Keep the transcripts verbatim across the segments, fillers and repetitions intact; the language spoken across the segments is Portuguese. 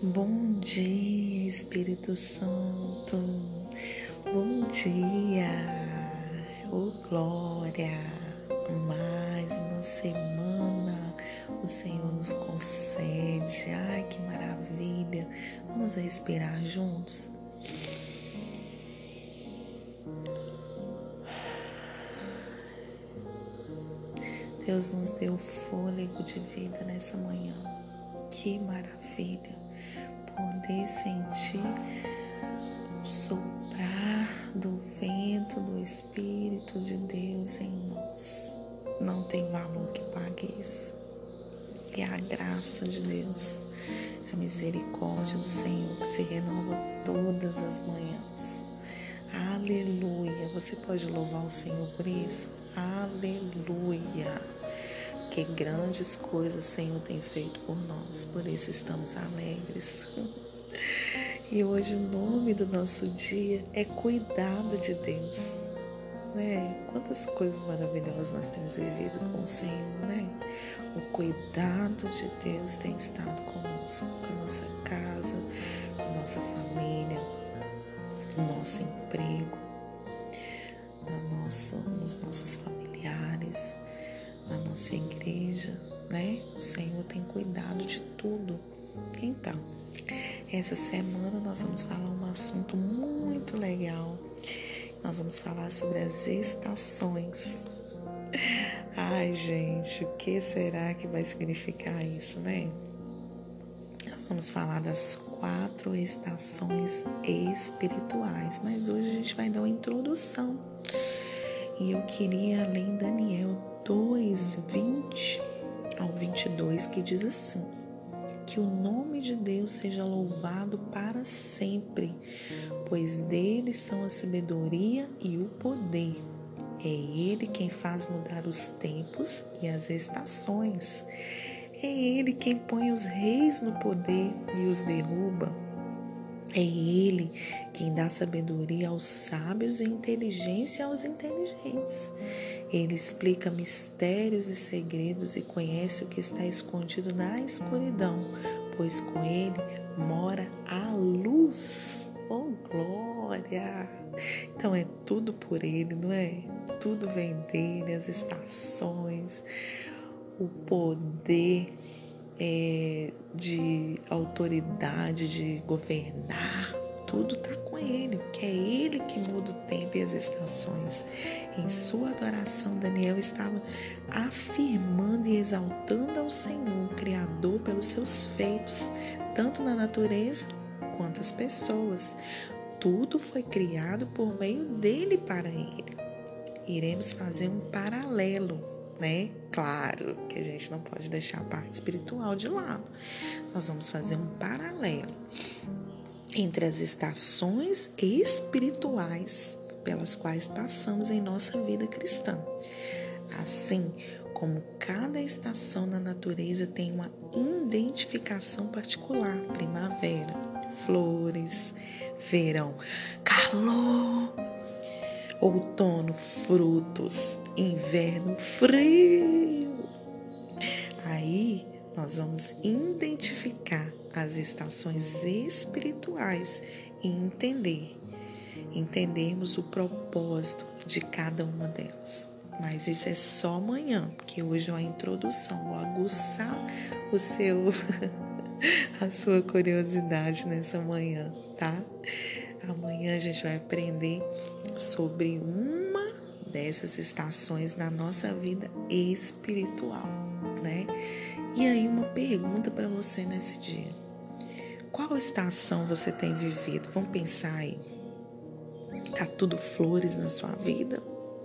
Bom dia, Espírito Santo. Bom dia, oh glória. Mais uma semana o Senhor nos concede. Ai, que maravilha. Vamos respirar juntos. Deus nos deu fôlego de vida nessa manhã. Que maravilha poder sentir o soprar do vento do Espírito de Deus em nós. Não tem valor que pague isso. É a graça de Deus, a misericórdia do Senhor que se renova todas as manhãs. Aleluia! Você pode louvar o Senhor por isso? Aleluia! Que grandes coisas o Senhor tem feito por nós, por isso estamos alegres. E hoje o nome do nosso dia é cuidado de Deus, né? Quantas coisas maravilhosas nós temos vivido com o Senhor, né? O cuidado de Deus tem estado conosco, com a nossa casa, com a nossa família, no nosso emprego, no nosso, nos nossos familiares, na nossa igreja, né? O Senhor tem cuidado de tudo. Então, essa semana nós vamos falar um assunto muito legal. Nós vamos falar sobre as estações. Ai, gente, o que será que vai significar isso, né? Nós vamos falar das quatro estações espirituais, mas hoje a gente vai dar uma introdução. E eu queria ler em Daniel dois, vinte ao vinte e dois, que diz assim: que o nome de Deus seja louvado para sempre, pois dele são a sabedoria e o poder. É ele quem faz mudar os tempos e as estações. É ele quem põe os reis no poder e os derruba. É ele quem dá sabedoria aos sábios e inteligência aos inteligentes. Ele explica mistérios e segredos e conhece o que está escondido na escuridão, pois com ele mora a luz. Oh, glória! Então é tudo por ele, não é? Tudo vem dele, as estações, o poder é, de autoridade, de governar. Tudo está com ele, porque é ele que muda o tempo e as estações. Em sua adoração, Daniel estava afirmando e exaltando ao Senhor, Criador, pelos seus feitos, tanto na natureza quanto as pessoas. Tudo foi criado por meio dele para ele. Iremos fazer um paralelo, né? Claro que a gente não pode deixar a parte espiritual de lado. Nós vamos fazer um paralelo entre as estações espirituais pelas quais passamos em nossa vida cristã. Assim como cada estação na natureza tem uma identificação particular: primavera, flores; verão, calor; outono, frutos; inverno, frio. Aí nós vamos identificar as estações espirituais e entender, entendermos o propósito de cada uma delas. Mas isso é só amanhã, porque hoje é uma introdução, vou aguçar o seu, a sua curiosidade nessa manhã, tá? Amanhã a gente vai aprender sobre uma dessas estações na nossa vida espiritual, né? E aí uma pergunta para você nesse dia: qual estação você tem vivido? Vamos pensar aí. Tá tudo flores na sua vida?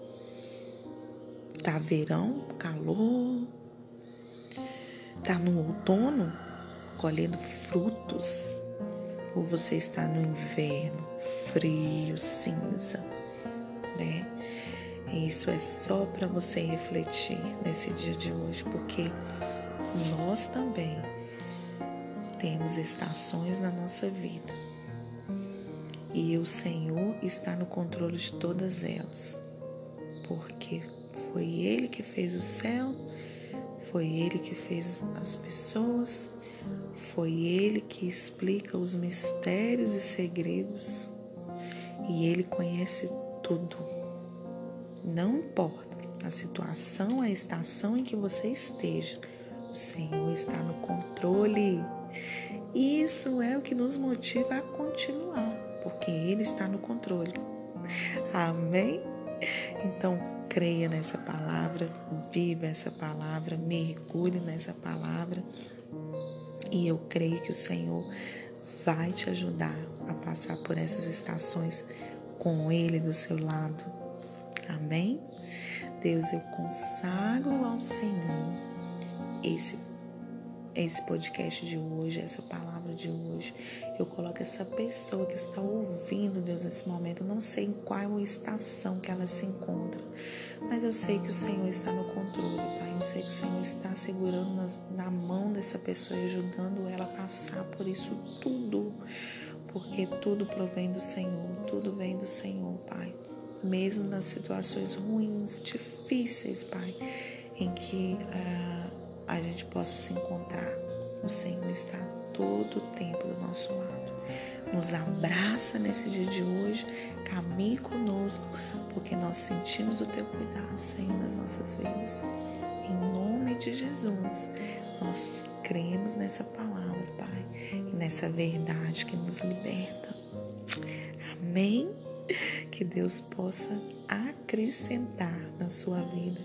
Tá verão, calor? Tá no outono, colhendo frutos? Ou você está no inverno, frio, cinza, né? Isso é só para você refletir nesse dia de hoje, porque nós também temos estações na nossa vida e o Senhor está no controle de todas elas, porque foi Ele que fez o céu, foi Ele que fez as pessoas, Foi Ele que explica os mistérios e segredos e Ele conhece tudo. Não importa a situação, a estação em que você esteja, o Senhor está no controle. Isso é o que nos motiva a continuar, porque Ele está no controle. Amém? Então, creia nessa palavra, viva essa palavra, mergulhe nessa palavra. E eu creio que o Senhor vai te ajudar a passar por essas estações com Ele do seu lado. Amém? Deus, eu consagro ao Senhor esse, esse podcast de hoje, essa palavra de hoje. Eu coloco essa pessoa que está ouvindo, Deus, nesse momento. Eu não sei em qual estação que ela se encontra, mas eu sei que o Senhor está no controle, Pai. Eu sei que o Senhor está segurando nas, na mão dessa pessoa e ajudando ela a passar por isso tudo, porque tudo provém do Senhor, tudo vem do Senhor, Pai. Mesmo nas situações ruins, difíceis, Pai, em que uh, a gente possa se encontrar, o Senhor está todo o tempo do nosso lado. Nos abraça nesse dia de hoje, caminhe conosco, porque nós sentimos o Teu cuidado, Senhor, nas nossas vidas. Em nome de Jesus, nós cremos nessa palavra, Pai, e nessa verdade que nos liberta. Amém? Que Deus possa acrescentar na sua vida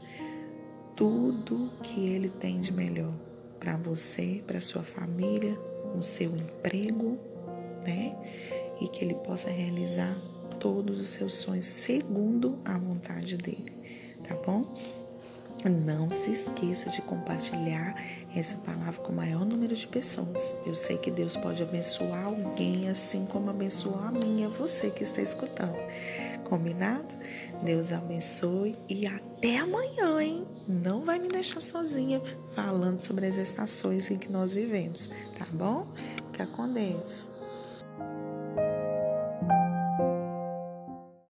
tudo que Ele tem de melhor para você, para sua família, no seu emprego, né? E que Ele possa realizar todos os seus sonhos segundo a vontade dEle, tá bom? Não se esqueça de compartilhar essa palavra com o maior número de pessoas. Eu sei que Deus pode abençoar alguém assim como abençoou a mim e a você que está escutando. Combinado? Deus abençoe e até amanhã, hein? Não vai me deixar sozinha falando sobre as estações em que nós vivemos, tá bom? Fica com Deus.